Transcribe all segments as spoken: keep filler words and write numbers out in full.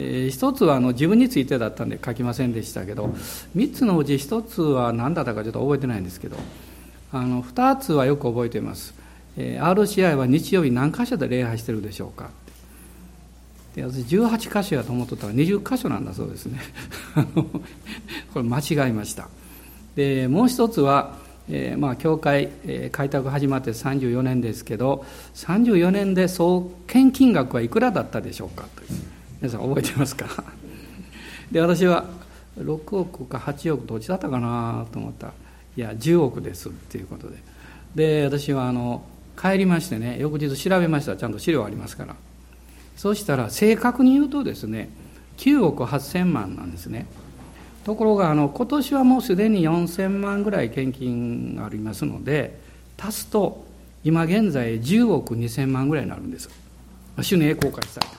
一つはあの自分についてだったんで書きませんでしたけど、三つのうち一つは何だったかちょっと覚えてないんですけど、あの二つはよく覚えています。えー、アールシーアイ は日曜日何箇所で礼拝してるでしょうか。で、私じゅうはち箇所やと思っとったらにじゅっ箇所なんだそうですね。これ間違いました。で、もう一つは、えー、まあ教会、えー、開拓始まってさんじゅうよねんですけど、さんじゅうよねんで総献金額はいくらだったでしょうかという。皆さん覚えてますか。で、私はろくおくかはちおくどっちだったかなと思ったら、いやじゅうおくですっていうことで、で私はあの帰りましてね、翌日調べました。ちゃんと資料ありますから。そうしたら正確に言うとですね、きゅうおくはっせんまんなんですね。ところがあの今年はもうすでによんせんまんぐらい献金がありますので、足すと今現在じゅうおくにせんまんぐらいになるんです。主に栄光を返したい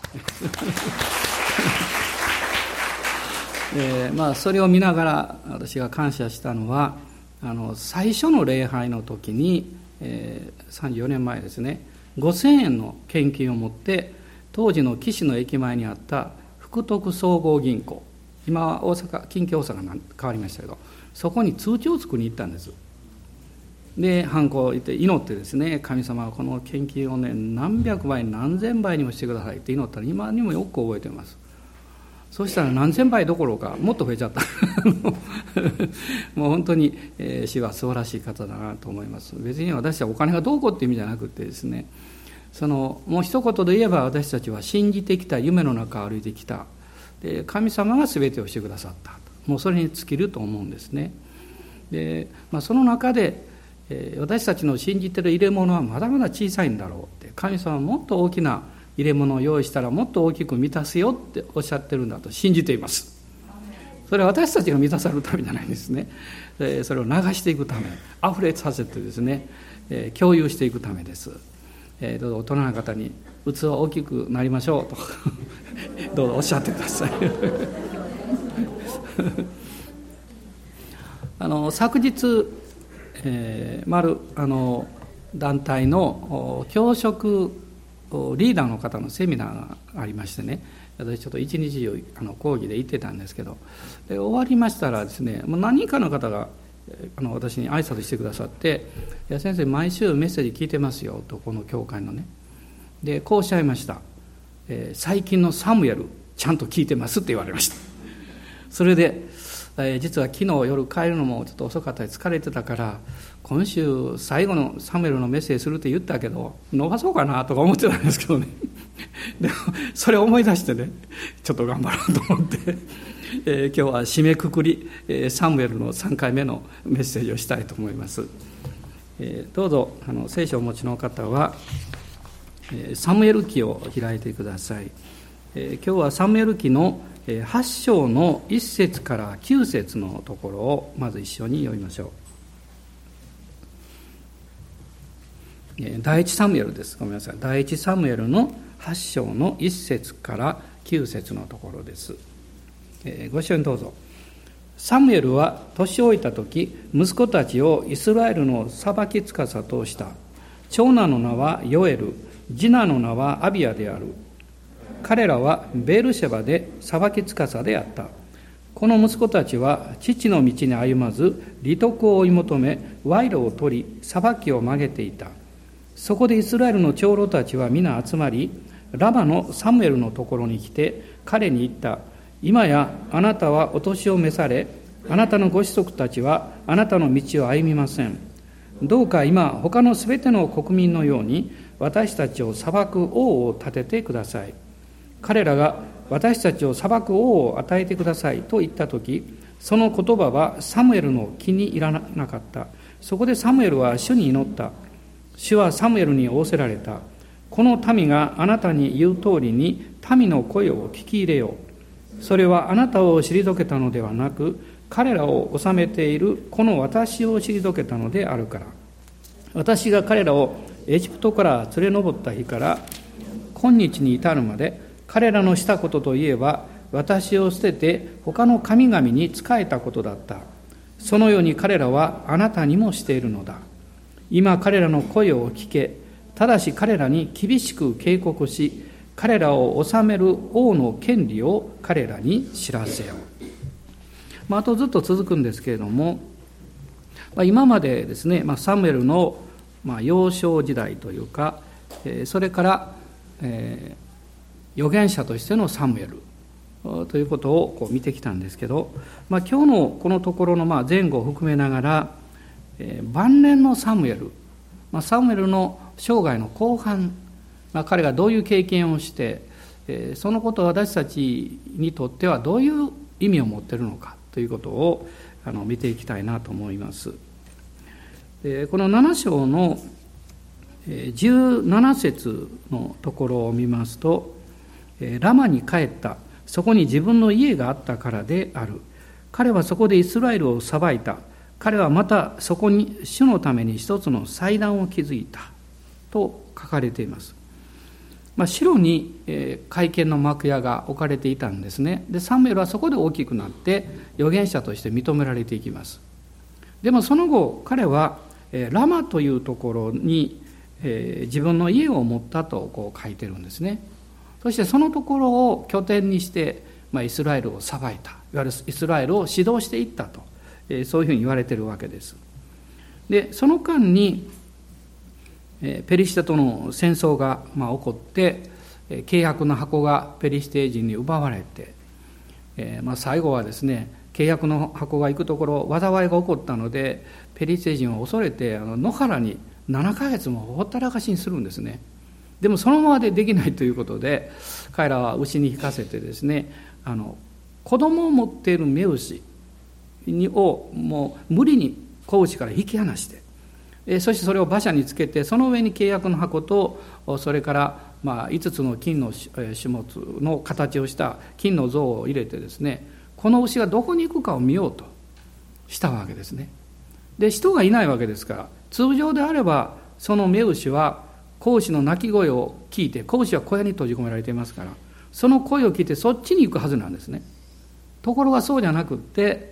えーまあ、それを見ながら私が感謝したのは、あの最初の礼拝の時に、えー、さんじゅうよねんまえですね、ごせんえんの献金を持って当時の岸の駅前にあった福徳総合銀行、今は大阪近畿大阪に変わりましたけど、そこに通帳を作りに行ったんです。で、ハンコを言って祈ってですね、神様はこの献金をね何百倍何千倍にもしてくださいって祈ったら、今にもよく覚えています。そうしたら何千倍どころかもっと増えちゃったもう本当に、えー、主は素晴らしい方だなと思います。別に私はお金がどうこうって意味じゃなくてですね、そのもう一言で言えば、私たちは信じてきた、夢の中を歩いてきた、で神様が全てをしてくださった、もうそれに尽きると思うんですね。で、まあ、その中で私たちの信じている入れ物はまだまだ小さいんだろうって、神様はもっと大きな入れ物を用意したらもっと大きく満たすよっておっしゃってるんだと信じています。それは私たちが満たされるためじゃないんですね。それを流していくため、溢れさせてですね、共有していくためです。どうぞ大人の方に器大きくなりましょうとどうぞおっしゃってくださいあの昨日えー、丸あの団体の教職リーダーの方のセミナーがありましてね、私ちょっと一日中あの講義で行ってたんですけど、で終わりましたらですね、もう何人かの方があの私に挨拶してくださって、いや先生毎週メッセージ聞いてますよと、この教会のね、でこうおっしゃいました、えー、最近のサムエルちゃんと聞いてますって言われました。それでえー、実は昨日夜帰るのもちょっと遅かったり疲れてたから、今週最後のサムエルのメッセージするって言ったけど伸ばそうかなとか思ってたんですけどねでもそれを思い出してね、ちょっと頑張ろうと思って、えー、今日は締めくくり、えー、サムエルのさんかいめのメッセージをしたいと思います。えー、どうぞあの聖書をお持ちの方は、えー、サムエル記を開いてください。えー、今日はサムエル記のはち章のいっ節からきゅう節のところをまず一緒に読みましょう。第一サムエルです。ごめんなさい。第一サムエルのはち章のいっ節からきゅう節のところです。ご一緒にどうぞ。サムエルは年老いた時、息子たちをイスラエルの裁き司とした。長男の名はヨエル、次男の名はアビヤである。彼らはベールシェバで裁き司であった。この息子たちは父の道に歩まず、利得を追い求め、賄賂を取り、裁きを曲げていた。そこでイスラエルの長老たちは皆集まり、ラマのサムエルのところに来て、彼に言った。今やあなたはお年を召され、あなたのご子息たちはあなたの道を歩みません。どうか今、他のすべての国民のように、私たちを裁く王を立ててください。彼らが私たちを裁く王を与えてくださいと言ったとき、その言葉はサムエルの気に入らなかった。そこでサムエルは主に祈った。主はサムエルに仰せられた。この民があなたに言う通りに民の声を聞き入れよう。それはあなたを退けたのではなく、彼らを治めているこの私を退けたのであるから。私が彼らをエジプトから連れ上った日から今日に至るまで、彼らのしたことといえば、私を捨てて他の神々に仕えたことだった。そのように彼らはあなたにもしているのだ。今彼らの声を聞け。ただし彼らに厳しく警告し、 彼らを治める王の権利を彼らに知らせよう。まあ、あとずっと続くんですけれども、まあ、今までですね、まあ、サムエルのまあ幼少時代というか、えー、それから、えー、預言者としてのサムエルということをこう見てきたんですけど、まあ、今日のこのところのまあ前後を含めながら、えー、晩年のサムエル、まあ、サムエルの生涯の後半、まあ、彼がどういう経験をして、えー、そのことを私たちにとってはどういう意味を持っているのかということをあの見ていきたいなと思います。でこのなな章のじゅうなな節のところを見ますと、ラマに帰った、そこに自分の家があったからである。彼はそこでイスラエルを裁いた。彼はまたそこに主のために一つの祭壇を築いたと書かれています。まあ、白に会見の幕屋が置かれていたんですね。でサムエルはそこで大きくなって預言者として認められていきます。でもその後彼はラマというところに自分の家を持ったとこう書いてるんですね。そしてそのところを拠点にして、まあ、イスラエルを裁いた、いわゆるイスラエルを指導していったと、そういうふうに言われているわけです。でその間にペリシテとの戦争がまあ起こって、契約の箱がペリシテ人に奪われて、えーまあ、最後はですね、契約の箱が行くところ災いが起こったので、ペリシテ人を恐れてあの野原にななかげつもほったらかしにするんですね。でもそのままでできないということで、彼らは牛に引かせてですね、あの子供を持っている雌牛をもう無理に子牛から引き離して、えそしてそれを馬車につけて、その上に契約の箱と、それからまあいつつの金の種物の形をした金の像を入れてですね、この牛がどこに行くかを見ようとしたわけですね。で人がいないわけですから、通常であればその雌牛は子牛の鳴き声を聞いて、子牛は小屋に閉じ込められていますから、その声を聞いてそっちに行くはずなんですね。ところがそうじゃなくって、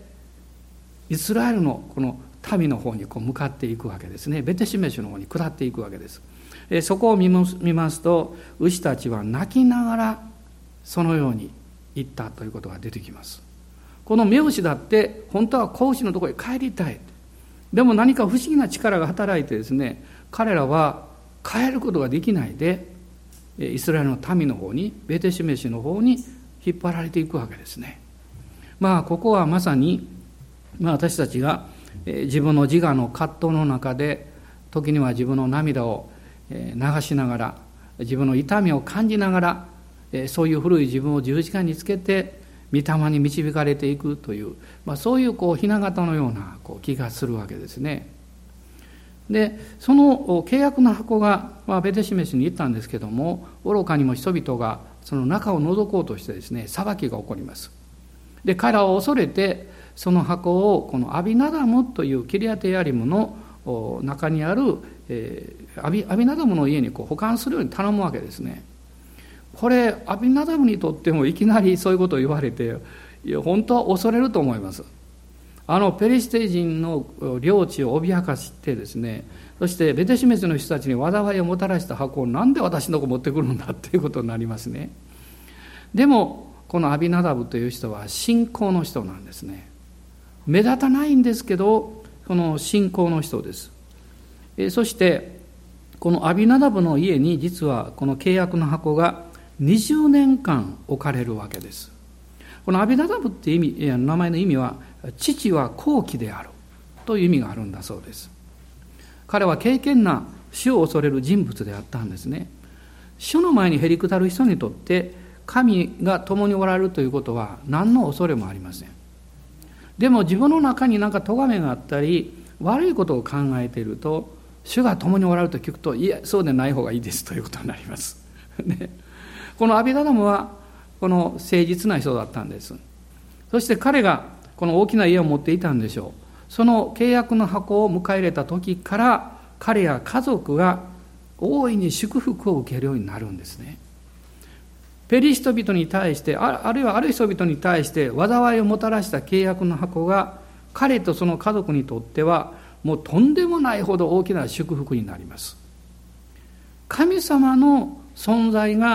イスラエルのこの民の方にこう向かっていくわけですね。ベテシメシュの方に下っていくわけです。えそこを見ますと、牛たちは泣きながらそのように言ったということが出てきます。この雌牛だって本当は子牛のところへ帰りたい。でも何か不思議な力が働いてですね、彼らは帰ることができないで、イスラエルの民の方に、ベテシメシュの方に引っ張られていくわけですね。まあここはまさに、まあ、私たちが自分の自我の葛藤の中で、時には自分の涙を流しながら、自分の痛みを感じながら、そういう古い自分を十字架につけて御霊に導かれていくという、まあ、そういうこう雛形のようなこう気がするわけですね。でその契約の箱が、まあ、ベテシメシに行ったんですけども、愚かにも人々がその中を覗こうとしてですね、裁きが起こります。で彼らを恐れて、その箱をこのアビナダムというキリアテヤリムの中にある、えー、アビ、アビナダムの家にこう保管するように頼むわけですね。これアビナダムにとってもいきなりそういうことを言われて、いや本当は恐れると思います。あのペリシテ人の領地を脅かしてですね、そしてベテシメシの人たちに災いをもたらした箱をなんで私のとこ持ってくるんだっていうことになりますね。でもこのアビナダブという人は信仰の人なんですね。目立たないんですけど、この信仰の人です。えそしてこのアビナダブの家に実はこの契約の箱がにじゅうねんかん置かれるわけです。このアビナダブっていう意味、名前の意味は、父は高貴であるという意味があるんだそうです。彼は敬虔な主を恐れる人物であったんですね。主の前にへりくだる人にとって神が共におられるということは何の恐れもありません。でも自分の中に何か咎めがあったり悪いことを考えていると、主が共におられると聞くと、いやそうでない方がいいですということになります、ね、このアビナダムはこの誠実な人だったんです。そして彼がこの大きな家を持っていたんでしょう。その契約の箱を迎え入れた時から、彼や家族が大いに祝福を受けるようになるんですね。ペリシテ人に対して、あるいはある人々に対して災いをもたらした契約の箱が、彼とその家族にとってはもうとんでもないほど大きな祝福になります。神様の存在が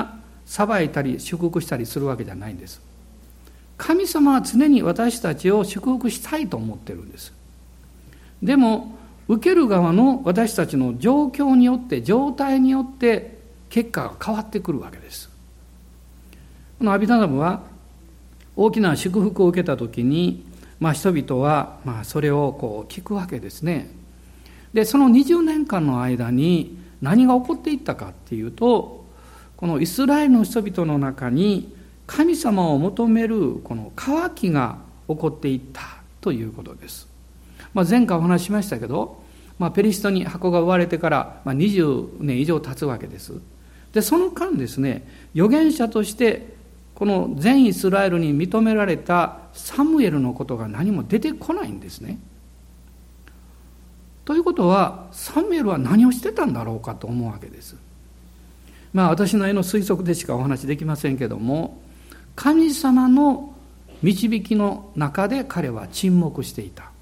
裁いたり祝福したりするわけじゃないんです。神様は常に私たちを祝福したいと思ってるんです。でも受ける側の私たちの状況によって状態によって結果が変わってくるわけです。このアビナダブは大きな祝福を受けたときに、まあ、人々はまあそれをこう聞くわけですね。でそのにじゅうねんかんの間に何が起こっていったかっていうと、このイスラエルの人々の中に神様を求めるこの渇きが起こっていったということです。まあ、前回お話ししましたけど、まあ、ペリシテに箱が奪われてからまあにじゅうねん以上経つわけです。でその間ですね、預言者としてこの全イスラエルに認められたサムエルのことが何も出てこないんですね。ということはサムエルは何をしてたんだろうかと思うわけです。まあ私の絵の推測でしかお話しできませんけども、神様の導きの中で彼は沈黙していた。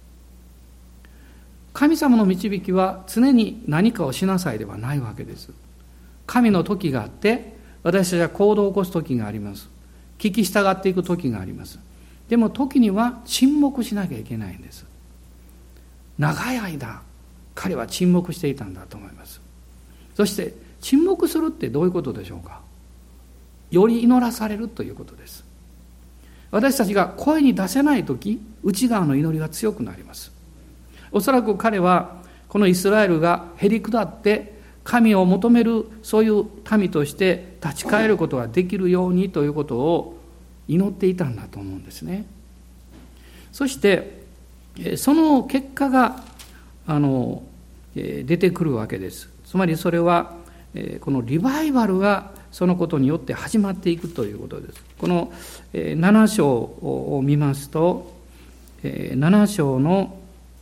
神様の導きは常に何かをしなさいではないわけです。神の時があって、私たちは行動を起こす時があります。聞き従っていく時があります。でも時には沈黙しなきゃいけないんです。長い間彼は沈黙していたんだと思います。そして沈黙するってどういうことでしょうか。より祈らされるということです。私たちが声に出せないとき、内側の祈りが強くなります。おそらく彼はこのイスラエルがへり下って神を求めるそういう民として立ち返ることができるようにということを祈っていたんだと思うんですね。そしてその結果があの出てくるわけです。つまりそれはこのリバイバルがそのことによって始まっていくということです。このなな章を見ますと、なな章の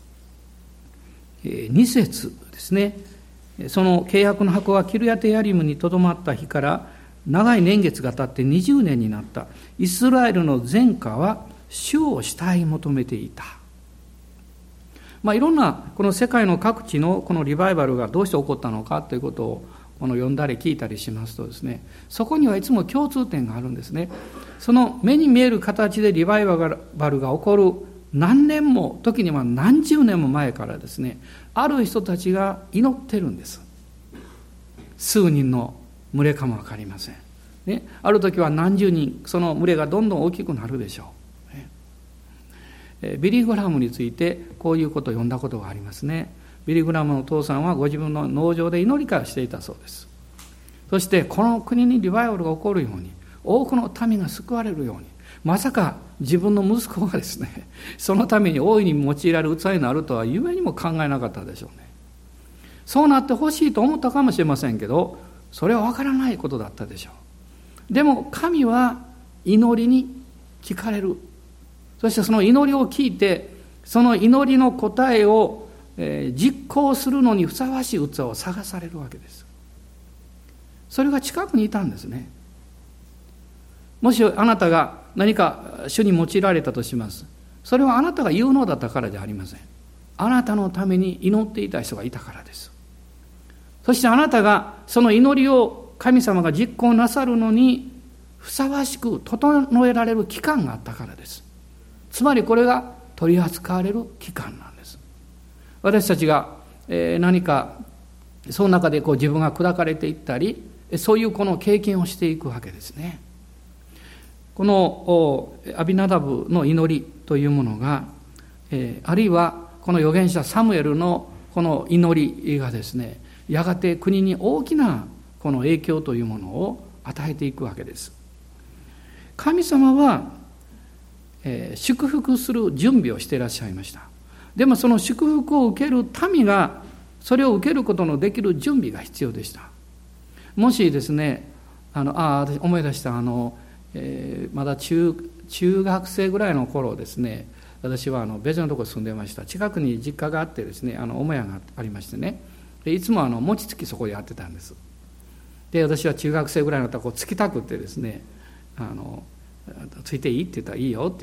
に節ですね。その契約の箱がキルヤテヤリムにとどまった日から長い年月が経ってにじゅうねんになった。イスラエルの全家は主を慕い求めていた。まあ、いろんなこの世界の各地のこのリバイバルがどうして起こったのかということをこの読んだり聞いたりしますとですね、そこにはいつも共通点があるんですね。その目に見える形でリバイバルが起こる何年も、時には何十年も前からですね、ある人たちが祈ってるんです。数人の群れかもわかりません、ね、ある時は何十人、その群れがどんどん大きくなるでしょう、ね、えビリー・グラムについてこういうことを読んだことがありますね。ビリー・グラムのお父さんはご自分の農場で祈りからしていたそうです。そしてこの国にリバイバルが起こるように、多くの民が救われるように、まさか自分の息子がですね、そのために大いに用いられる器になるとは夢にも考えなかったでしょうね。そうなってほしいと思ったかもしれませんけど、それは分からないことだったでしょう。でも神は祈りに聞かれる。そしてその祈りを聞いて、その祈りの答えを実行するのにふさわしい器を探されるわけです。それが近くにいたんですね。もしあなたが何か主に用いられたとします。それはあなたが有能だったからじゃありません。あなたのために祈っていた人がいたからです。そしてあなたがその祈りを神様が実行なさるのにふさわしく整えられる期間があったからです。つまりこれが取り扱われる期間なんです。私たちが何かその中でこう自分が砕かれていったり、そういうこの経験をしていくわけですね。このアビナダブの祈りというものが、あるいはこの預言者サムエルのこの祈りがですね、やがて国に大きなこの影響というものを与えていくわけです。神様は、えー、祝福する準備をしていらっしゃいました。でもその祝福を受ける民がそれを受けることのできる準備が必要でした。もしですね、あのあ私思い出したあの、えー、まだ 中, 中学生ぐらいの頃ですね、私はあの別のところに住んでました。近くに実家があってですね、あの母屋がありましてね、でいつもあの餅つきそこでやってたんです。で私は中学生ぐらいのところつきたくってですね、あのついていいって言ったらいいよって言って、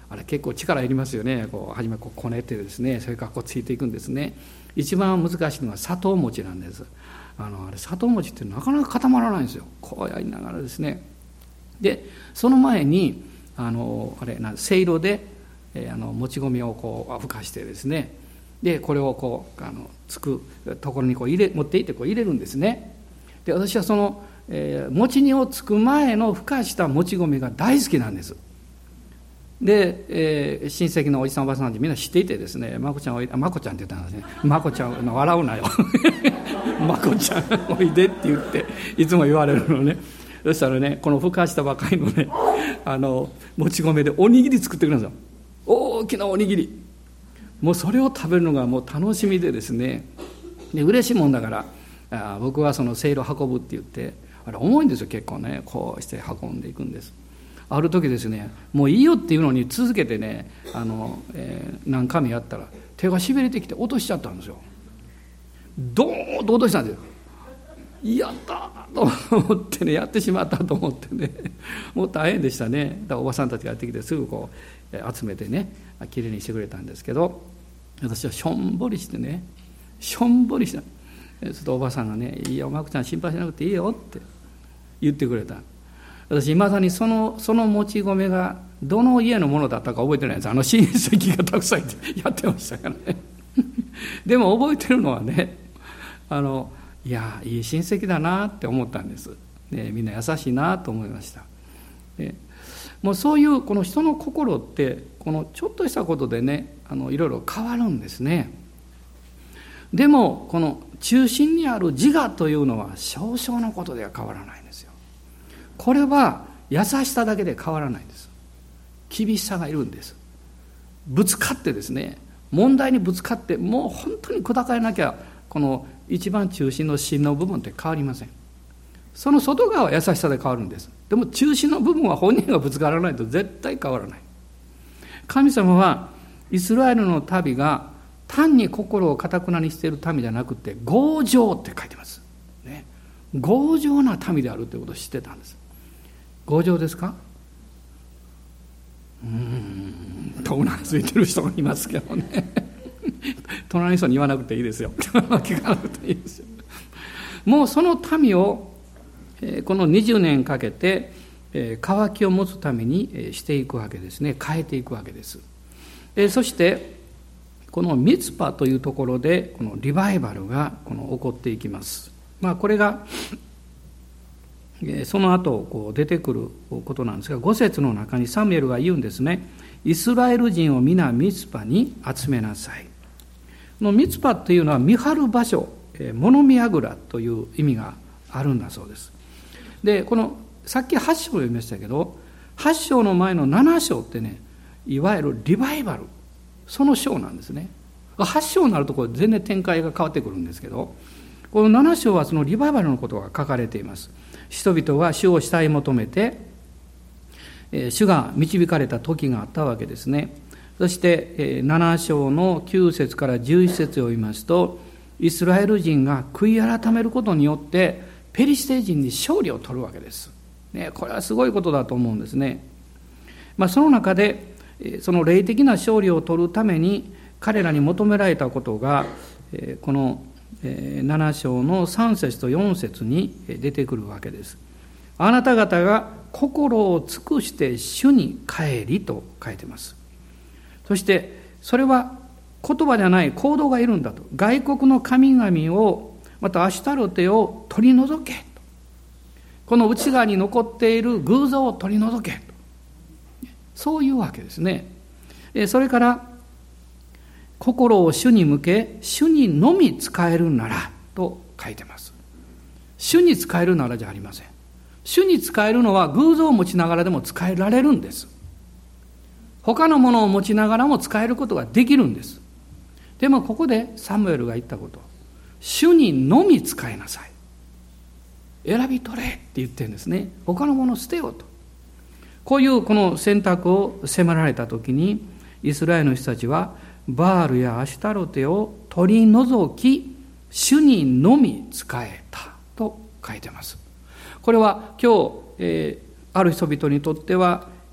あれ結構力いりますよね。こう初めこうこねてですね、それからこうついていくんですね。一番難しいのは砂糖餅なんです。あのあれ砂糖餅ってなかなか固まらないんですよ。こうやりながらですね。でその前にあのあれなんせいろで、えー、あのもち米をこうふかしてですね、でこれをこうあのつくところにこう入れ持っていってこう入れるんですね。で私はその、えー、餅煮をつく前のふかしたもち米が大好きなんです。で、えー、親戚のおじさんおばさんってみんな知っていてですね、まこちゃんおいで、まこちゃんって言ったんですね。まこちゃん笑うなよまこちゃんおいでって言っていつも言われるのね。そしたらね、このふかしたばかりのねあのもち米でおにぎり作ってくれるんですよ。大きなおにぎり。もうそれを食べるのがもう楽しみでですね、で嬉しいもんだから、あ僕はそのせいろ運ぶって言って、あれ重いんですよ結構ね。こうして運んでいくんです。ある時ですね、もういいよっていうのに続けてね、あの、えー、何回もやったら手がしびれてきて落としちゃったんですよ。ドーンと落としたんですよ。やったと思ってね、やってしまったと思ってね、もう大変でしたね。だからおばさんたちがやってきてすぐこう集めてね、きれいにしてくれたんですけど、私はしょんぼりしてね、しょんぼりした。ちょっとおばさんがね、いいよまこちゃん心配しなくていいよって言ってくれた。私いまだにそのそのもち米がどの家のものだったか覚えてないんです。あの親戚がたくさんいてやってましたからねでも覚えてるのはね、あのいやいい親戚だなって思ったんです、ね、みんな優しいなと思いました。でもうそういうこの人の心ってこのちょっとしたことでね、あのいろいろ変わるんですね。でもこの中心にある自我というのは少々のことでは変わらないんですよ。これは優しさだけで変わらないんです。厳しさがいるんです。ぶつかってですね、問題にぶつかってもう本当に砕かれなきゃこの一番中心の芯の部分って変わりません。その外側は優しさで変わるんです。でも中心の部分は本人がぶつからないと絶対変わらない。神様はイスラエルの民が単に心を堅くなにしている民じゃなくて強情って書いてます、ね、強情な民であるということを知ってたんです。強情ですか？うーんとうなずいてる人がいますけどね隣の人に言わなくていいですよ聞かなくていいですよ。もうその民をこのにじゅうねんかけて渇きを持つためにしていくわけですね。変えていくわけです。そしてこのミツパというところでこのリバイバルがこの起こっていきます。まあこれがその後こう出てくることなんですが、ご節の中にサムエルが言うんですね。イスラエル人を皆ミツパに集めなさい。このミツパというのは見張る場所、物見櫓という意味があるんだそうです。でこのさっきはち章を読みましたけど、はち章の前のなな章ってね、いわゆるリバイバル、その章なんですね。はち章になるとこれ全然展開が変わってくるんですけど、このなな章はそのリバイバルのことが書かれています。人々は主を慕い求めて、主が導かれた時があったわけですね。そしてなな章のきゅう節からじゅういち節を読みますと、イスラエル人が悔い改めることによってペリシテ人に勝利を取るわけです、ね、これはすごいことだと思うんですね。まあ、その中でその霊的な勝利を取るために彼らに求められたことがこのなな章のさん節とよん節に出てくるわけです。あなた方が心を尽くして主に帰りと書いてます。そしてそれは言葉じゃない行動がいるんだと。外国の神々をまたアシュタロテを取り除けと。この内側に残っている偶像を取り除けと。そういうわけですね。それから心を主に向け主にのみ仕えるならと書いてます。主に仕えるならじゃありません。主に仕えるのは偶像を持ちながらでも仕えられるんです。他のものを持ちながらも仕えることができるんです。でもここでサムエルが言ったこと、主にのみ仕えなさい。選び取れって言ってるんですね。他のものを捨てようと。こういうこの選択を迫られたときに、イスラエルの人たちはバールやアシュタロテを取り除き、主にのみ仕えたと書いてます。これは今日、えー、ある人々にとっては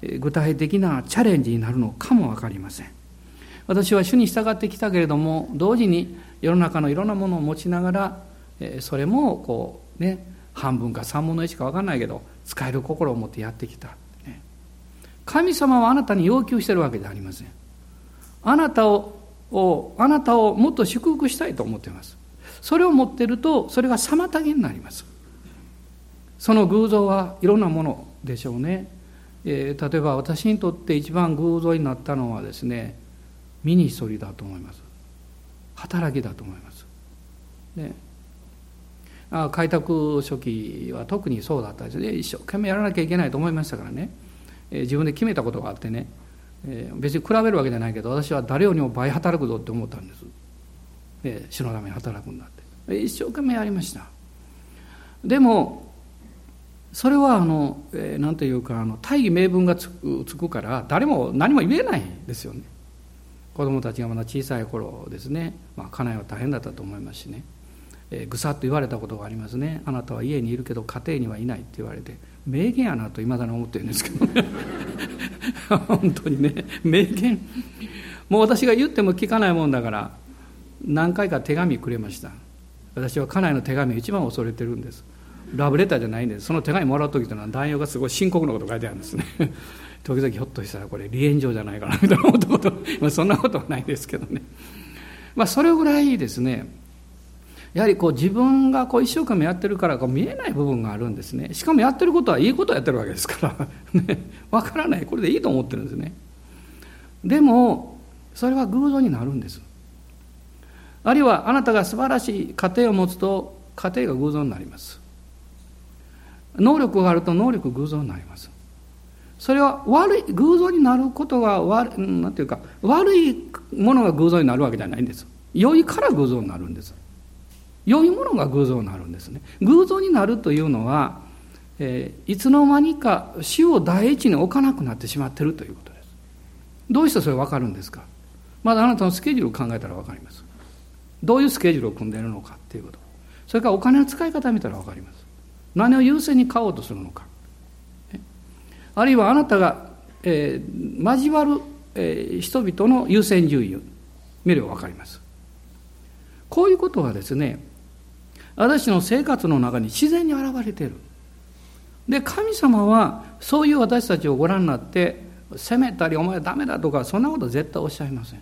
具体的なチャレンジになるのかもわかりません。私は主に従ってきたけれども、同時に世の中のいろんなものを持ちながら、それもこうね、半分か三分の一かわかんないけど使える心を持ってやってきた。神様はあなたに要求しているわけではありません。あなたを、をあなたをもっと祝福したいと思っています。それを持っていると、それが妨げになります。その偶像はいろんなものでしょうね。えー、例えば私にとって一番偶像になったのはですね、ミニストリーだと思います。働きだと思います。ね、あ開拓初期は特にそうだったですね。一生懸命やらなきゃいけないと思いましたからね。えー、自分で決めたことがあってね、えー、別に比べるわけじゃないけど、私は誰よりも倍働くぞって思ったんです。えー、主のために働くんだって、えー、一生懸命やりました。でもそれはあの、えー、なんていうかあの大義名分がつく、つくから誰も何も言えないんですよね。子供たちがまだ小さい頃ですね、まあ、家内は大変だったと思いますしね、えー、ぐさっと言われたことがありますね。あなたは家にいるけど家庭にはいないって言われて、名言やなと未だに思ってるんですけどね本当にね、名言。もう私が言っても聞かないもんだから何回か手紙くれました。私は家内の手紙を一番恐れてるんです。ラブレターじゃないんです。その手紙もらう時というのは内容がすごい深刻なことが書いてあるんですね時々ひょっとしたらこれ離縁状じゃないかなみたいな思ったこと、まあ、そんなことはないですけどね。まあそれぐらいですね、やはりこう自分がこう一生懸命やってるからこう見えない部分があるんですね。しかもやってることはいいことをやってるわけですからね、分からない、これでいいと思ってるんですね。でもそれは偶像になるんです。あるいはあなたが素晴らしい家庭を持つと家庭が偶像になります。能力があると能力偶像になります。それは悪い偶像になることが悪い、なんていうか悪いものが偶像になるわけじゃないんです。良いから偶像になるんです。良いものが偶像になるんですね。偶像になるというのは、えー、いつの間にか主を第一に置かなくなってしまっているということです。どうしてそれ分かるんですか。まだあなたのスケジュールを考えたら分かります。どういうスケジュールを組んでいるのかということ。それからお金の使い方を見たら分かります。何を優先に買おうとするのか。あるいはあなたが、えー、交わる、えー、人々の優先順位を見れば分かります。こういうことはですね、私の生活の中に自然に現れている。で、神様はそういう私たちをご覧になって責めたりお前はダメだとかそんなこと絶対おっしゃいません。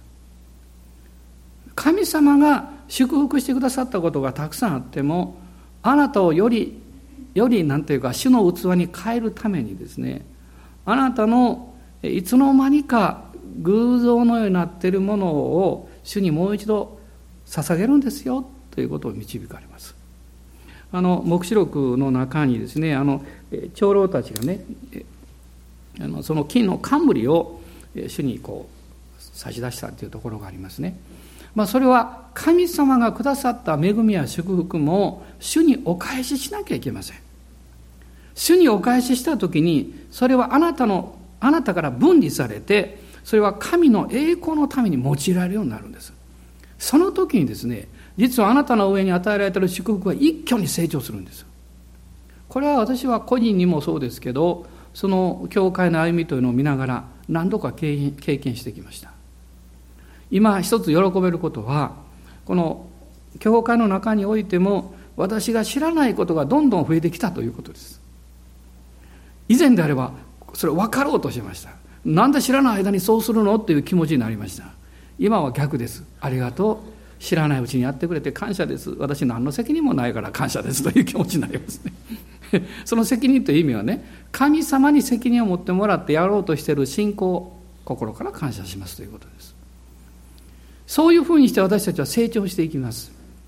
神様が祝福してくださったことがたくさんあっても、あなたをよりよりなんていうか主の器に変えるためにですね、あなたのいつの間にか偶像のようになっているものを主にもう一度捧げるんですよということを導かれます。あの黙示録の中にですね、あの長老たちがね、あのその金の冠を主にこう差し出したというところがありますね。まあ、それは神様がくださった恵みや祝福も主にお返ししなきゃいけません。主にお返ししたときに、それはあなたのあなたから分離されて、それは神の栄光のために用いられるようになるんです。その時にですね、実はあなたの上に与えられている祝福は一挙に成長するんです。これは私は個人にもそうですけど、その教会の歩みというのを見ながら何度か経験、経験してきました。今一つ喜べることは、この教会の中においても私が知らないことがどんどん増えてきたということです。以前であればそれを分かろうとしました。なんで知らない間にそうするのっていう気持ちになりました。今は逆です。ありがとう、知らないうちにやってくれて感謝です。私何の責任もないから感謝ですという気持ちになりますねその責任という意味はね、神様に責任を持ってもらってやろうとしている信仰、心から感謝しますということです。そういうふうにして私たちは成長していきます。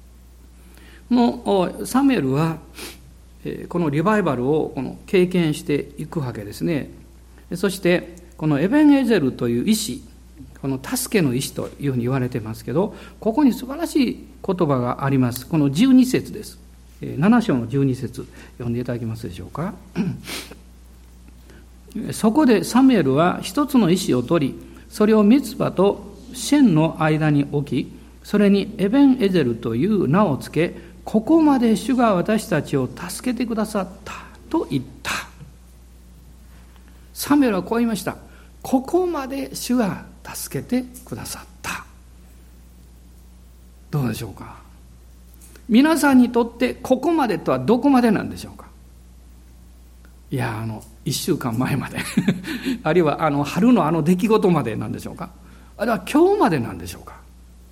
もうサムエルはこのリバイバルをこの経験していくわけですね。そしてこのエベンエゼルという医師、この助けの医師というふうに言われてますけど、ここに素晴らしい言葉があります。このじゅうに節です。なな章のじゅうに節読んでいただけますでしょうかそこでサムエルは一つの石を取り、それをミツバとシェンの間に置き、それにエベンエゼルという名をつけ、ここまで主が私たちを助けてくださったと言った。 サムエルはこう言いました。ここまで主が助けてくださった。どうでしょうか。皆さんにとってここまでとはどこまでなんでしょうか。いや、あのいっしゅうかんまえまであるいはあの春のあの出来事までなんでしょうか。あるいは今日までなんでしょうか。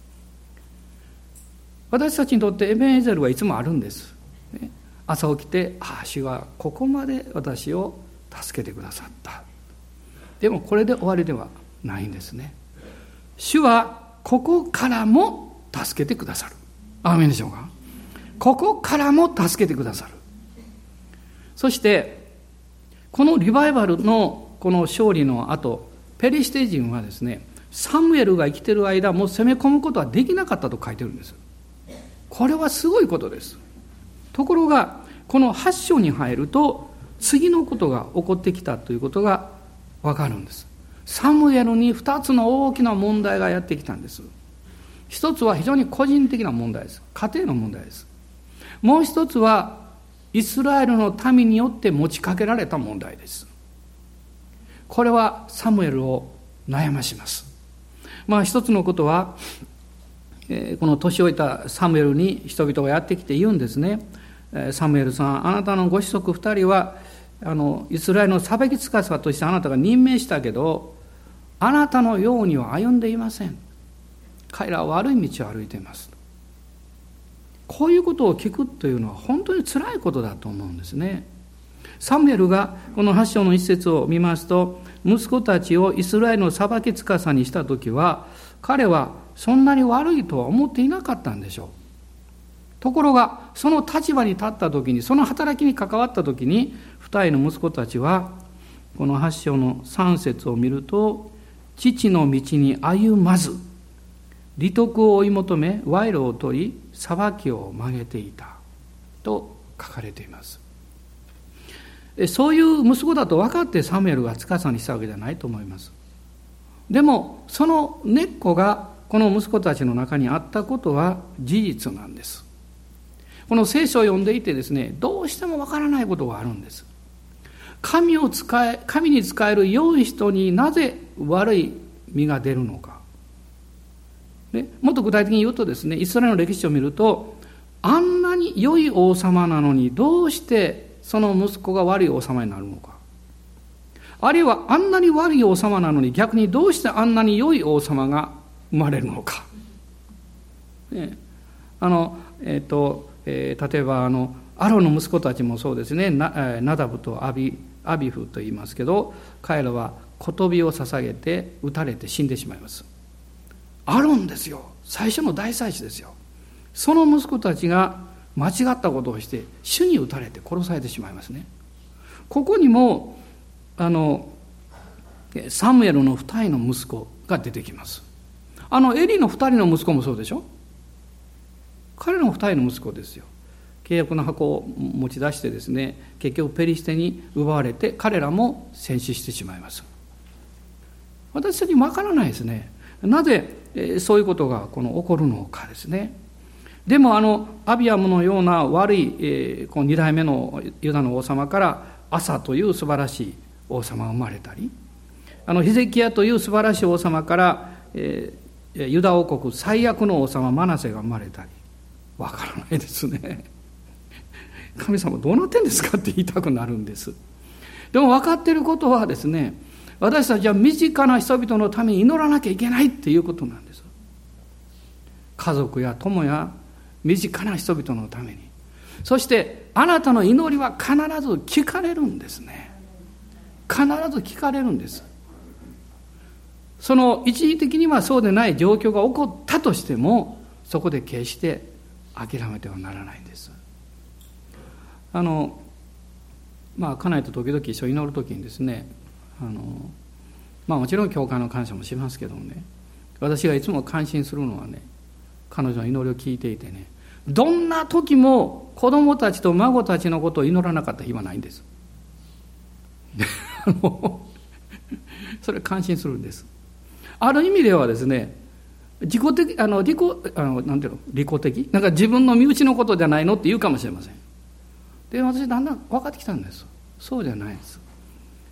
私たちにとってエベネゼルはいつもあるんです、ね、朝起きて、ああ、主はここまで私を助けてくださった。でもこれで終わりではないんですね。主はここからも助けてくださる。アーメンでしょうか。ここからも助けてくださる。そしてこのリバイバルのこの勝利の後、ペリシテ人はですね、サムエルが生きている間もう攻め込むことはできなかったと書いてるんです。これはすごいことです。ところがこのはち章に入ると次のことが起こってきたということがわかるんです。サムエルにふたつの大きな問題がやってきたんです。一つは非常に個人的な問題です。家庭の問題です。もう一つはイスラエルの民によって持ちかけられた問題です。これはサムエルを悩まします。まあ一つのことは、えー、この年老いたサムエルに人々がやってきて言うんですね。サムエルさん、あなたのご子息二人はあのイスラエルの裁き司としてあなたが任命したけど、あなたのようには歩んでいません。彼らは悪い道を歩いています。こういうことを聞くというのは本当につらいことだと思うんですね。サムエルがこのはち章の一節を見ますと、息子たちをイスラエルの裁き司にしたときは、彼はそんなに悪いとは思っていなかったんでしょう。ところがその立場に立ったときに、その働きに関わったときに、二人の息子たちはこのはち章のさん節を見ると、父の道に歩まず利得を追い求め賄賂を取り裁きを曲げていたと書かれています。そういう息子だと分かってサムエルが司にしたわけじゃないと思います。でもその根っこがこの息子たちの中にあったことは事実なんです。この聖書を読んでいてですね、どうしても分からないことがあるんです。神を使え、神に仕える良い人になぜ悪い実が出るのか。ね、もっと具体的に言うとですね、イスラエルの歴史を見ると、あんなに良い王様なのにどうしてその息子が悪い王様になるのか。あるいはあんなに悪い王様なのに逆にどうしてあんなに良い王様が生まれるのか。ね、あの、えっと、えー、例えばあのアロンの息子たちもそうですね、ナ、ナダブとアビ、アビフと言いますけど、彼らは小飛びを捧げて撃たれて死んでしまいます。アロンですよ、最初の大祭司ですよ。その息子たちが間違ったことをして主に撃たれて殺されてしまいますね。ここにもあのサムエルの二人の息子が出てきます。あのエリの二人の息子もそうでしょ。彼の二人の息子ですよ。契約の箱を持ち出してですね、結局ペリシテに奪われて彼らも戦死してしまいます。私たちわからないですね。なぜそういうことがこの起こるのかですね。でもあのアビアムのような悪い、えー、この二代目のユダの王様からアサという素晴らしい王様が生まれたり、あのヒゼキヤという素晴らしい王様から、えー、ユダ王国最悪の王様マナセが生まれたり、わからないですね。神様どうなってんですかって言いたくなるんです。でも分かっていることはですね、私たちは身近な人々のために祈らなきゃいけないっていうことなんです。家族や友や身近な人々のために。そしてあなたの祈りは必ず聞かれるんですね。必ず聞かれるんです。その一時的にはそうでない状況が起こったとしても、そこで決して諦めてはならないんです。あのまあ家内と時々一緒に祈るときにですね、あのまあもちろん教会の感謝もしますけどもね、私がいつも感心するのはね、彼女の祈りを聞いていてね、どんな時も子供たちと孫たちのことを祈らなかった日はないんです。あのそれ感心するんです。ある意味ではですね、自己的あの利己あのなんていうの利己的なんか自分の身内のことじゃないのって言うかもしれません。で、私だんだん分かってきたんです。そうじゃないです。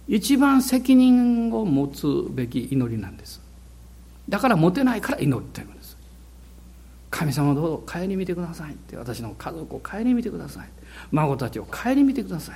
一番責任を持つべき祈りなんです。だから持てないから祈ってるんです。神様どうぞ顧みてくださいって、私の家族を顧みてください、孫たちを顧みてくださいって、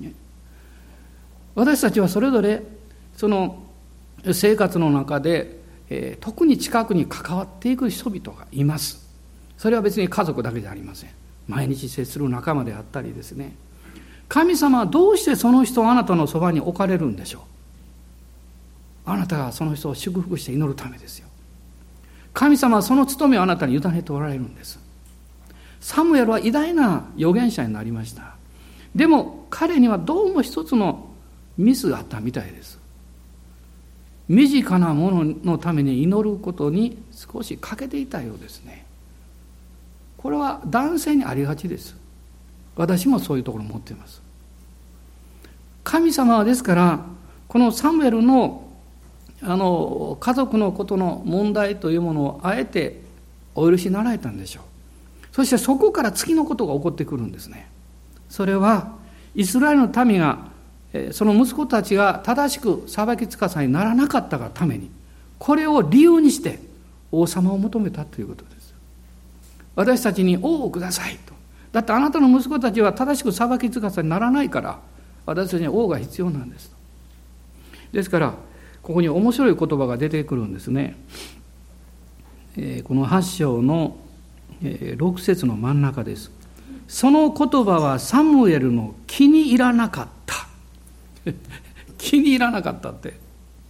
ね、私たちはそれぞれその生活の中で、えー、特に近くに関わっていく人々がいます。それは別に家族だけじゃありません。毎日接する仲間であったりですね。神様はどうしてその人をあなたのそばに置かれるんでしょう。あなたがその人を祝福して祈るためですよ。神様はその務めをあなたに委ねておられるんです。サムエルは偉大な預言者になりました。でも彼にはどうも一つのミスがあったみたいです。身近なもののために祈ることに少し欠けていたようですね。これは男性にありがちです。私もそういうところを持っています。神様はですからこのサムエルのあの家族のことの問題というものをあえてお許しになられたんでしょう。そしてそこから次のことが起こってくるんですね。それはイスラエルの民がその息子たちが正しく裁き司にならなかったがためにこれを理由にして王様を求めたということです。私たちに王をくださいと。だってあなたの息子たちは正しく裁き司にならないから私たちに王が必要なんですと。ですからここに面白い言葉が出てくるんですね。えー、このはち章の、えー、ろく節の真ん中です。その言葉はサムエルの気に入らなかった気に入らなかったって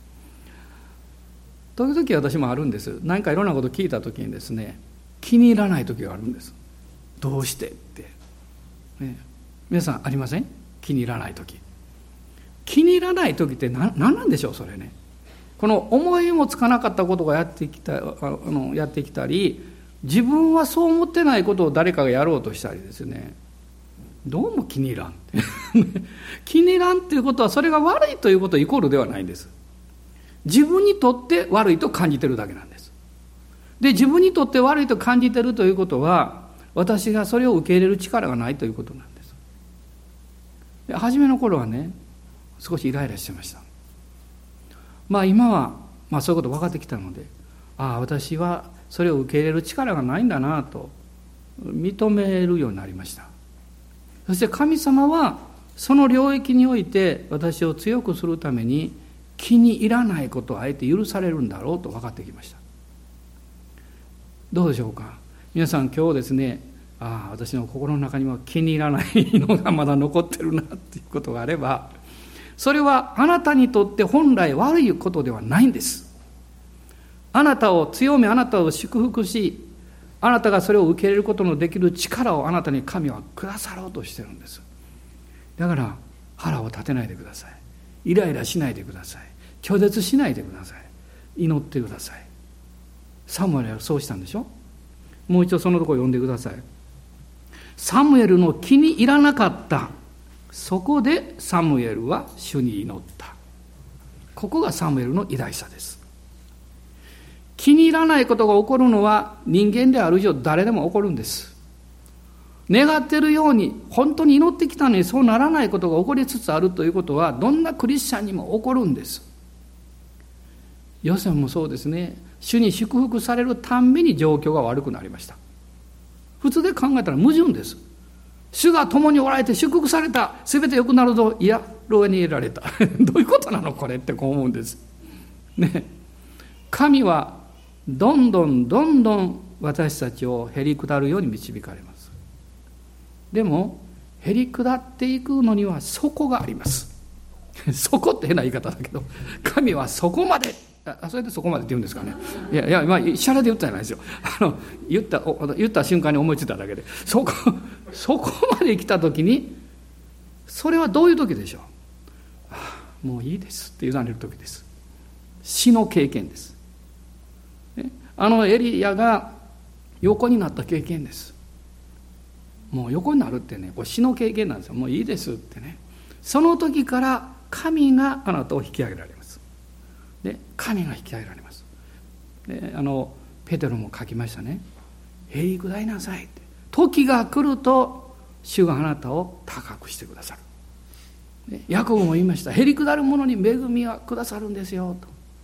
時々私もあるんです。何かいろんなこと聞いた時にですね気に入らない時があるんです。どうしてって、ね、皆さんありません？気に入らない時。気に入らない時って何, 何なんでしょうそれね。この思いもつかなかったことがやってきた、あのやってきたり、自分はそう思ってないことを誰かがやろうとしたりですね。どうも気に入らん気に入らんっていうことはそれが悪いということイコールではないんです。自分にとって悪いと感じてるだけなんです。で自分にとって悪いと感じてるということは私がそれを受け入れる力がないということなんです。で初めの頃はね少しイライラしてました。まあ今は、まあ、そういうこと分かってきたので、ああ私はそれを受け入れる力がないんだなと認めるようになりました。そして神様はその領域において私を強くするために気に入らないことをあえて許されるんだろうと分かってきました。どうでしょうか皆さん。今日ですね、ああ私の心の中には気に入らないのがまだ残ってるなっていうことがあれば、それはあなたにとって本来悪いことではないんです。あなたを強め、あなたを祝福し、あなたがそれを受け入れることのできる力をあなたに神はくださろうとしてるんです。だから腹を立てないでください。イライラしないでください。拒絶しないでください。祈ってください。サムエルはそうしたんでしょ。もう一度そのところを読んでください。サムエルの気に入らなかった。そこでサムエルは主に祈った。ここがサムエルの偉大さです。気に入らないことが起こるのは人間である以上誰でも起こるんです。願っているように本当に祈ってきたのにそうならないことが起こりつつあるということはどんなクリスチャンにも起こるんです。ヨセフもそうですね。主に祝福されるたんびに状況が悪くなりました。普通で考えたら矛盾です。主が共におられて祝福された、すべて良くなるぞ、いや牢屋に入れられたどういうことなのこれってこう思うんですね。神はどんどんどんどん私たちをへり下るように導かれます。でもへり下っていくのには底があります底って変な言い方だけど、神はそこまで、あそれでそこまでって言うんですかね。いやいや、まあシャレで言ったじゃないですよ。あの言った言った瞬間に思いついただけで、そこそこまで来た時に、それはどういう時でしょう。ああもういいですって委ねる時です。死の経験です。ね、あのエリヤが横になった経験です。もう横になるってね、これ死の経験なんですよ。もういいですってね。その時から神があなたを引き上げられます。で、神が引き上げられます。で、あのペテロも書きましたね。へり下りなさいって。時が来ると主があなたを高くしてくださる。 ヤコブも言いました。へりくだる者に恵みはくださるんですよと。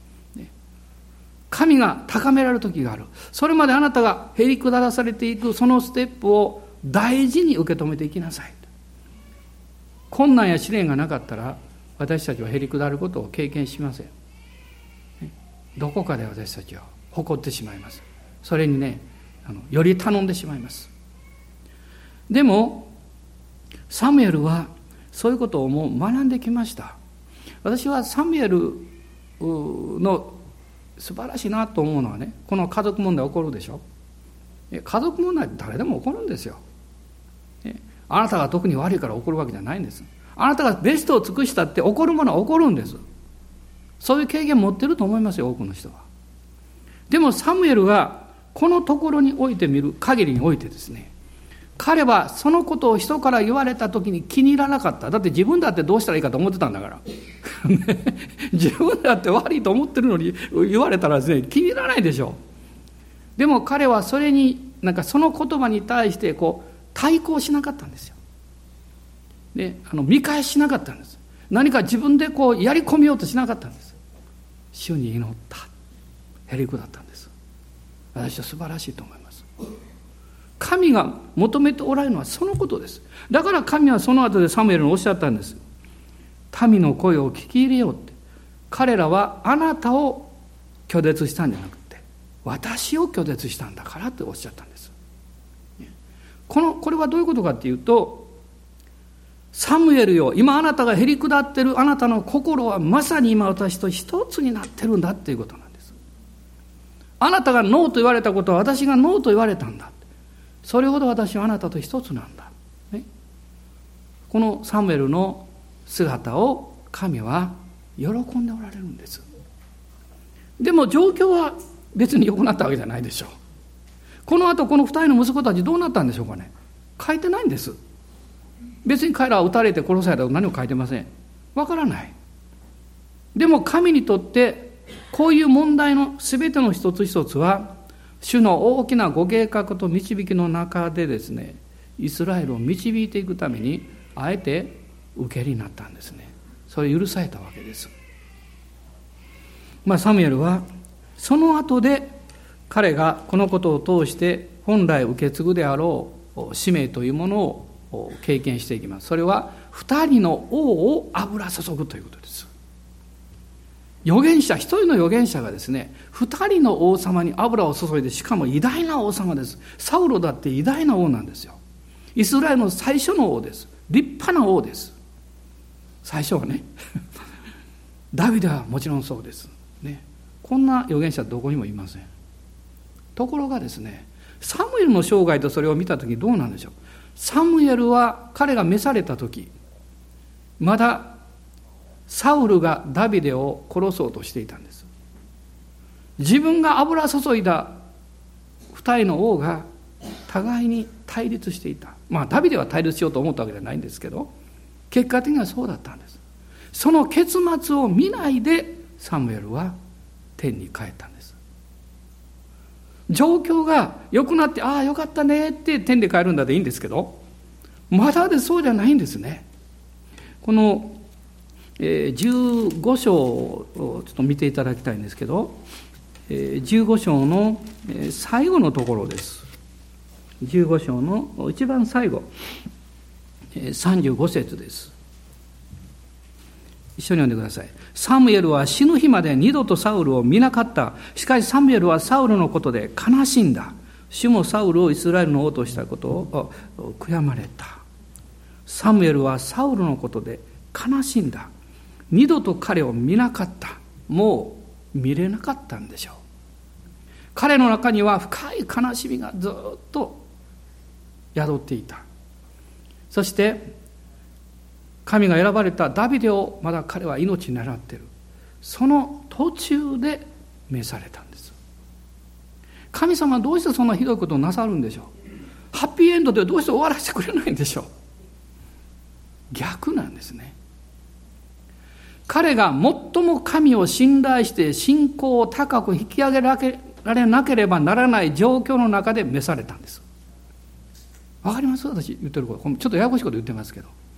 神が高められる時がある。それまであなたがへりくだらされていくそのステップを大事に受け止めていきなさい。困難や試練がなかったら私たちはへりくだることを経験しません。どこかで私たちは誇ってしまいます。それにね、あのより頼んでしまいます。でもサムエルはそういうことをもう学んできました。私はサムエルの素晴らしいなと思うのはね、この家族問題起こるでしょ。家族問題って誰でも起こるんですよ。あなたが特に悪いから起こるわけじゃないんです。あなたがベストを尽くしたって起こるものは起こるんです。そういう経験持ってると思いますよ、多くの人は。でもサムエルはこのところにおいて見る限りにおいてですね、彼はそのことを人から言われた時に気に入らなかった。だって自分だってどうしたらいいかと思ってたんだから自分だって悪いと思ってるのに言われたらですね、気に入らないでしょ。でも彼はそれになんかその言葉に対してこう対抗しなかったんですよ。で、あの見返しなかったんです。何か自分でこうやり込みようとしなかったんです。主に祈った。へりくだったんです。私は素晴らしいと思います。神が求めておられるのはそのことです。だから神はその後でサムエルにおっしゃったんです。民の声を聞き入れようって。彼らはあなたを拒絶したんじゃなくて、私を拒絶したんだからっておっしゃったんです。この、これはどういうことかっていうと、サムエルよ、今あなたがへりくだってるあなたの心はまさに今私と一つになってるんだっていうことなんです。あなたがノーと言われたことは私がノーと言われたんだ。それほど私はあなたと一つなんだ、ね、このサムエルの姿を神は喜んでおられるんです。でも状況は別に良くなったわけじゃないでしょう。この後この二人の息子たちどうなったんでしょうかね。書いてないんです。別に彼らは撃たれて殺されたと何も書いてません。わからない。でも神にとってこういう問題の全ての一つ一つは主の大きなご計画と導きの中でですね、イスラエルを導いていくためにあえて受け入れになったんですね。それ許されたわけです。まあサムエルはその後で彼がこのことを通して本来受け継ぐであろう使命というものを経験していきます。それは二人の王を油注ぐということです。預言者、一人の預言者がですね、二人の王様に油を注いで、しかも偉大な王様です。サウロだって偉大な王なんですよ。イスラエルの最初の王です。立派な王です。最初はねダビデはもちろんそうです、ね、こんな預言者はどこにもいません。ところがですね、サムエルの生涯とそれを見たときどうなんでしょう。サムエルは彼が召されたとき、まだサウルがダビデを殺そうとしていたんです。自分が油注いだ二人の王が互いに対立していた。まあダビデは対立しようと思ったわけじゃないんですけど、結果的にはそうだったんです。その結末を見ないでサムエルは天に帰ったんです。状況が良くなって、ああよかったねって天で帰るんだでいいんですけど、まだでそうじゃないんですね。このじゅうご章をちょっと見ていただきたいんですけど、じゅうご章の最後のところです。じゅうご章の一番最後、さんじゅうご節です。一緒に読んでください。サムエルは死ぬ日まで二度とサウルを見なかった。しかしサムエルはサウルのことで悲しんだ。主もサウルをイスラエルの王としたことを悔やまれた。サムエルはサウルのことで悲しんだ。二度と彼を見なかった。もう見れなかったんでしょう。彼の中には深い悲しみがずっと宿っていた。そして神が選ばれたダビデをまだ彼は命に狙っている。その途中で召されたんです。神様はどうしてそんなひどいことをなさるんでしょう。ハッピーエンドでどうして終わらせてくれないんでしょう。逆なんですね。彼が最も神を信頼して信仰を高く引き上げられなければならない状況の中で召されたんです。わかります？私言ってること。ちょっとややこしいこと言ってますけど。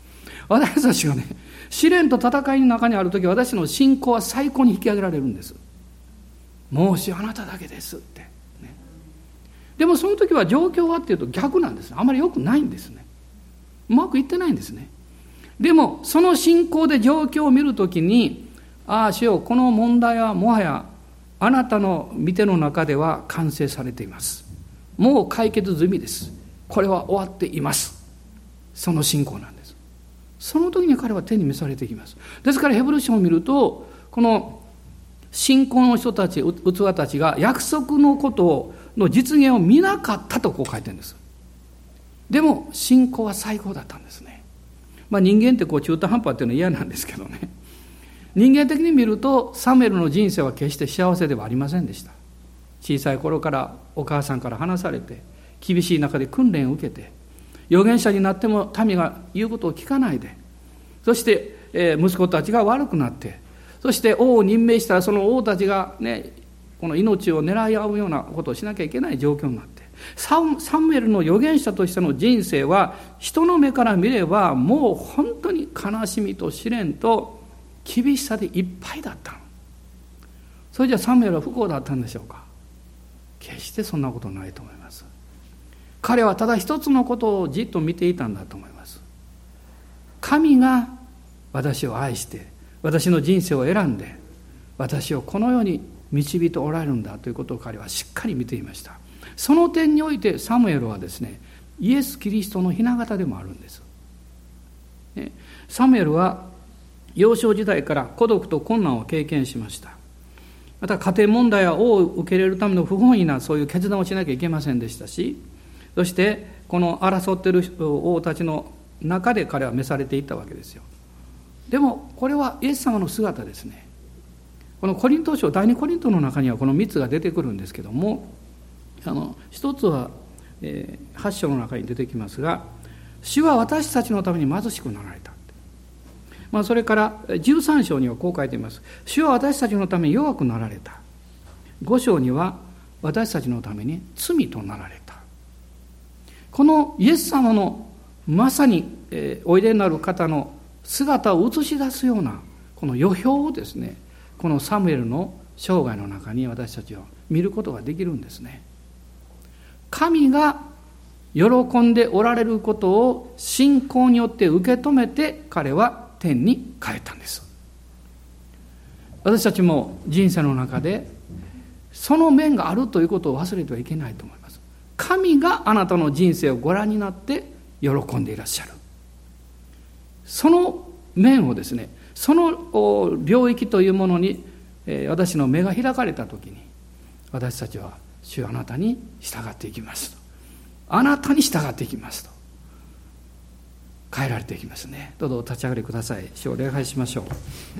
私たちがね、試練と戦いの中にあるとき、私の信仰は最高に引き上げられるんです。もう主あなただけですって、ね、でもその時は状況はっていうと逆なんです。あまり良くないんですね。うまくいってないんですね。でもその信仰で状況を見るときに、ああ主よ、この問題はもはやあなたの御手の中では完成されています。もう解決済みです。これは終わっています。その信仰なんです。その時に彼は手に召されていきます。ですからヘブル書を見ると、この信仰の人たち、器たちが約束のことの実現を見なかったとこう書いてるんです。でも信仰は最高だったんですね。まあ、人間ってこう中途半端っていうのは嫌なんですけどね、人間的に見るとサムエルの人生は決して幸せではありませんでした。小さい頃からお母さんから離されて、厳しい中で訓練を受けて、預言者になっても民が言うことを聞かないで、そして、えー、息子たちが悪くなって、そして王を任命したらその王たちがね、この命を狙い合うようなことをしなきゃいけない状況になって、サムエルの預言者としての人生は人の目から見ればもう本当に悲しみと試練と厳しさでいっぱいだったの。それじゃサムエルは不幸だったんでしょうか。決してそんなことないと思います。彼はただ一つのことをじっと見ていたんだと思います。神が私を愛して私の人生を選んで私をこの世に導いておられるんだということを彼はしっかり見ていました。その点においてサムエルはですね、イエス・キリストの雛形でもあるんです。サムエルは幼少時代から孤独と困難を経験しました。また家庭問題や王を受け入れるための不本意なそういう決断をしなきゃいけませんでしたし、そしてこの争っている王たちの中で彼は召されていったわけですよ。でもこれはイエス様の姿ですね。このコリント書第二コリントの中にはこのみっつが出てくるんですけども、あの一つは、えー、はち章の中に出てきますが、主は私たちのために貧しくなられた。まあ、それからじゅうさん章にはこう書いています。主は私たちのために弱くなられた。ご章には私たちのために罪となられた。このイエス様のまさに、えー、おいでになる方の姿を映し出すようなこの予表をですね、このサムエルの生涯の中に私たちは見ることができるんですね。神が喜んでおられることを信仰によって受け止めて彼は天に帰ったんです。私たちも人生の中でその面があるということを忘れてはいけないと思います。神があなたの人生をご覧になって喜んでいらっしゃる。その面をですね、その領域というものに私の目が開かれたときに、私たちは主あなたに従っていきますと、あなたに従っていきますと変えられていきますね。どうぞお立ち上がりください。主を礼拝しましょう。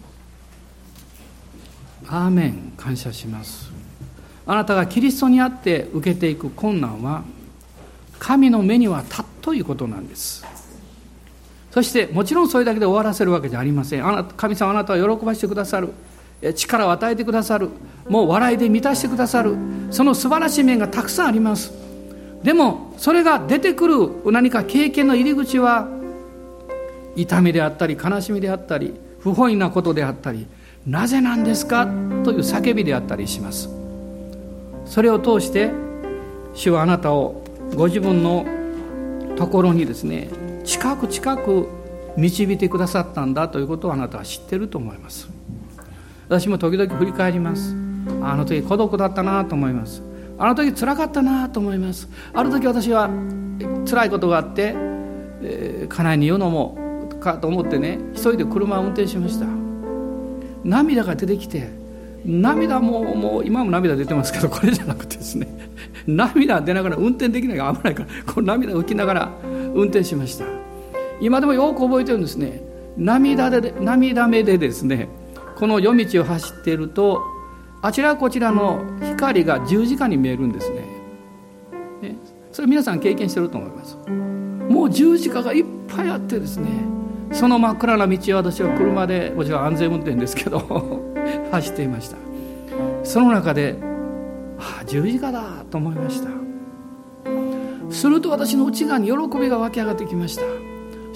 アーメン。感謝します。あなたがキリストにあって受けていく困難は神の目には尊いことなんです。そしてもちろんそれだけで終わらせるわけじゃありません。あなた、神様あなたは喜ばせてくださる、力を与えてくださる、もう笑いで満たしてくださる、その素晴らしい面がたくさんあります。でもそれが出てくる何か経験の入り口は痛みであったり悲しみであったり不本意なことであったり、なぜなんですかという叫びであったりします。それを通して主はあなたをご自分のところにですね、近く近く導いてくださったんだということをあなたは知っていると思います。私も時々振り返ります。あの時孤独だったなと思います。あの時辛かったなと思います。ある時私は辛いことがあって、えー、家内に言うのもかと思ってね、急いで車を運転しました。涙が出てきて、涙ももう今も涙出てますけど、これじゃなくてですね、涙出ながら運転できないから危ないから、この涙を浮きながら運転しました。今でもよく覚えてるんですね。涙で涙目でですね、この夜道を走っているとあちらこちらの光が十字架に見えるんですね。ね、それ皆さん経験してると思います。もう十字架がいっぱいあってですね、その真っ暗な道を私は車で、もちろん安全運転ですけど走っていました。その中で、ああ十字架だと思いました。すると私の内側に喜びが湧き上がってきました。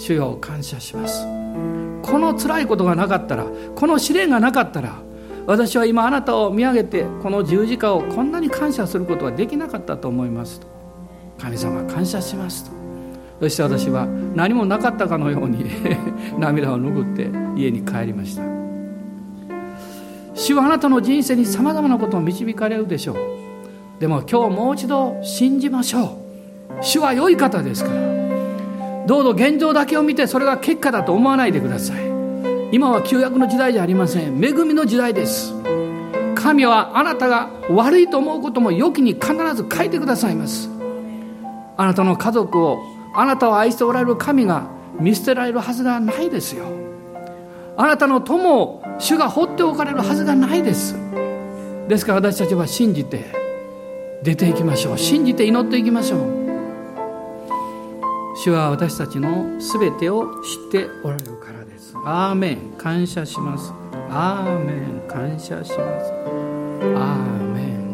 主よ感謝します。この辛いことがなかったら、この試練がなかったら、私は今あなたを見上げてこの十字架をこんなに感謝することはできなかったと思いますと。神様感謝しますと。そして私は何もなかったかのように涙を拭って家に帰りました。主はあなたの人生にさまざまなことを導かれるでしょう。でも今日もう一度信じましょう。主は良い方ですから。どうぞ現状だけを見てそれが結果だと思わないでください。今は旧約の時代じゃありません。恵みの時代です。神はあなたが悪いと思うことも良きに必ず変えてくださいます。あなたの家族を、あなたを愛しておられる神が見捨てられるはずがないですよ。あなたの友を主が放っておかれるはずがないです。ですから私たちは信じて出ていきましょう。信じて祈っていきましょう。主は私たちのすべてを知っておられるからです。アーメン。感謝します。アーメン。感謝します。アーメン。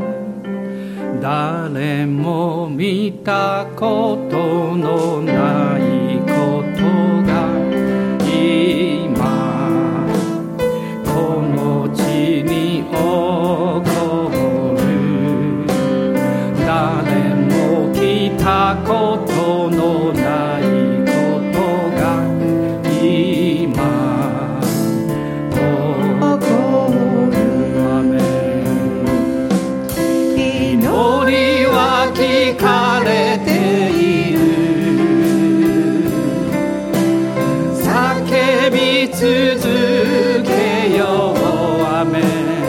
誰も見たことのないことが今この地に起こる。誰も聞いたことのないことが今起こる。アメン。祈りは聞かれている。叫び続けよう。アメン。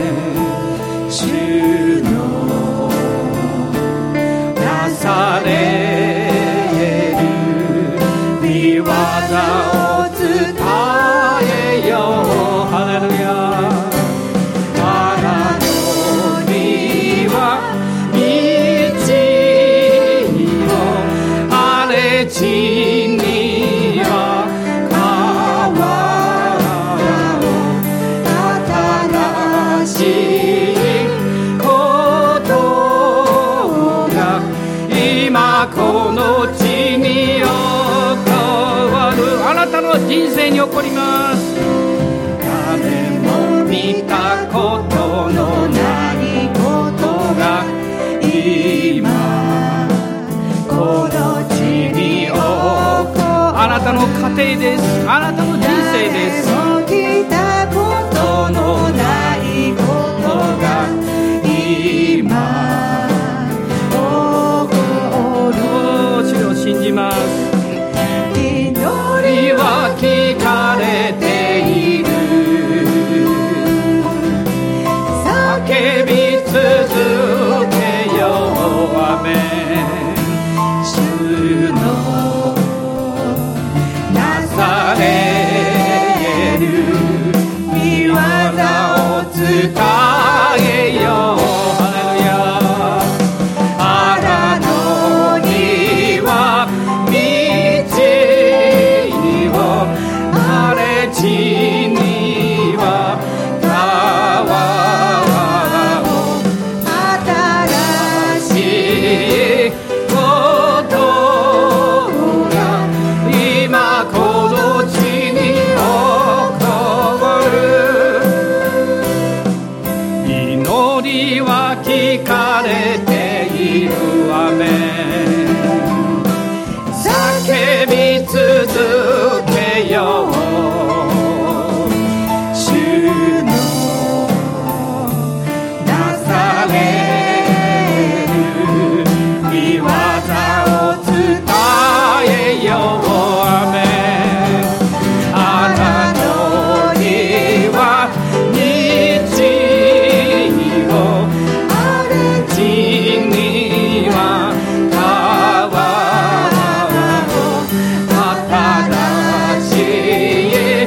主のなされる御業を伝えよう。ハレルヤ。あなたの身は道を荒れ地には川を新しいことが今この地に起こる。あなたの人生に起こります。誰も見たことのないことが今この地に起こる。あなたの家庭です。あなたの人生です。誰も聞いたことのないことが今起こる。主を信じます。祈りは聞かれている。叫び続けよう。アメン。主のなされる御業を伝えよう。ハレルヤ。あなたのには道を荒れ地には川を新しいことが今この地に起こる。祈りは聞かれている。アメン。叫び続けよう。主のなされる御業を伝えよう。アメン。あなたには道を荒れ地には川を新しい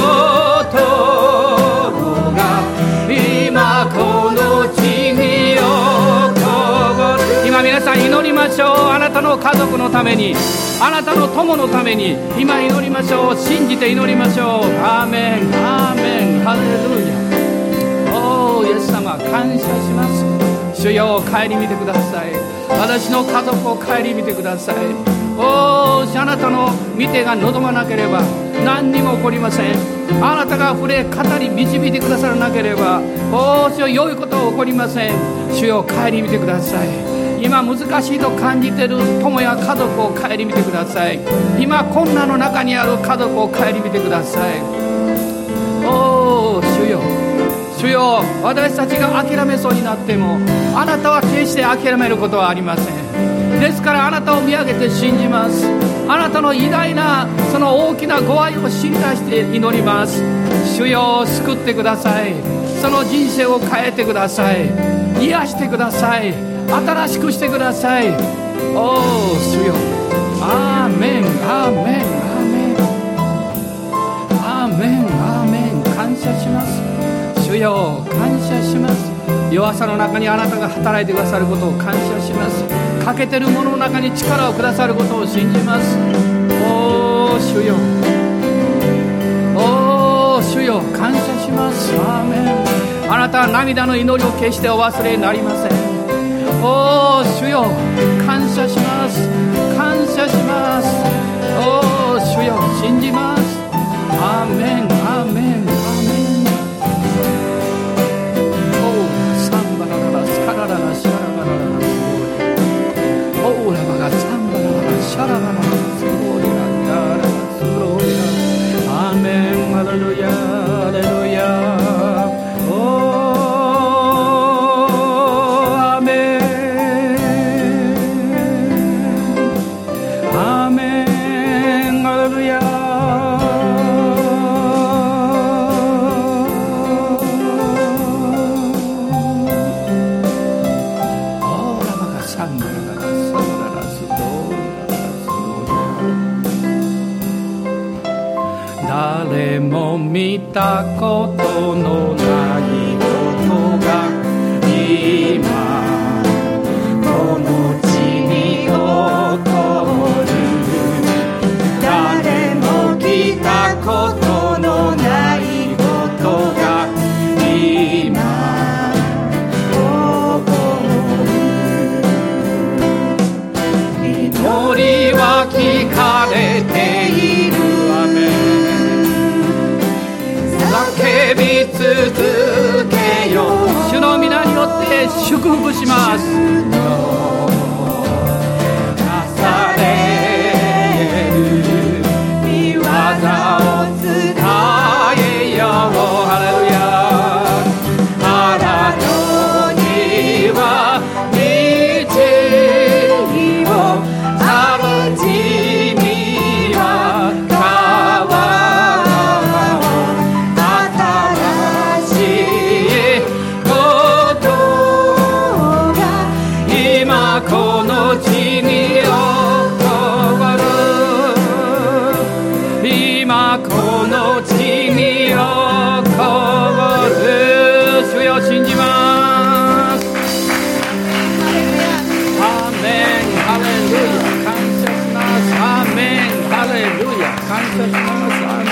ことが今この地に起こる。今皆さん祈りましょう。あなたの家族のために、あなたの友のために今祈りましょう。信じて祈りましょう。アーメン。アーメン。ハレルヤ。おーイエス様感謝します。主よ帰り見てください。私の家族を帰り見てください。 おー、あなたの御手が望まなければ何にも起こりません。あなたが触れ語り導いてくださらなければ、おー、主よ、良いことは起こりません。主よ、顧みてください。今難しいと感じている友や家族を顧みてください。今困難の中にある家族を顧みてください。おー、主よ、主よ、私たちが諦めそうになってもあなたは決して諦めることはありません。ですからあなたを見上げて信じます。あなたの偉大なその大きなご愛を知り出して祈ります。主よ、救ってください。その人生を変えてください。癒してください。新しくしてください。おー、主よ、アーメン、アーメン、アーメン、アーメン、アーメン。感謝します。主よ、感謝します。弱さの中にあなたが働いてくださることを感謝します。欠けてるものの中に力をくださることを信じます。おー、主よ、おー、主よ、感謝します。アーメン。あなたは涙の祈りを決してお忘れになりません。おー、主よ、感謝します。感謝します。おー、主よ、信じます。アーメン、アーメン、アーメン。カラララシャラバララスゴーリア、オーラバガサンバラバラシャラバララスゴーリア、ダララスゴーリア、アーメン、ハレルヤ、ハレルヤ、おー、アーメン、アーメン、ハレルヤ。誰も見たことのないことが今この地に起こる。誰も聞いたことのないことが今起こる。祈りは聞かれている。叫び続けよう。主の皆によって祝福します。なされる御業を伝えよう。ハレルヤ。あなたには道を歩きにはこの地に起こる。今この地に起こる。主よ、信じます。アーメン、ハレルヤ、感謝します。アーメン、ハレルヤ、感謝します。ア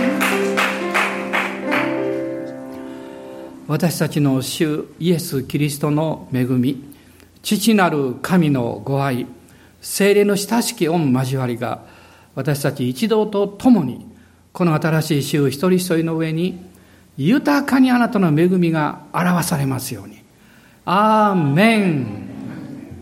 ーメン。私たちの主イエス・キリストの恵み、父なる神のご愛、聖霊の親しき御交わりが私たち一同と共にこの新しい週一人一人の上に豊かにあなたの恵みが表されますように。アーメン。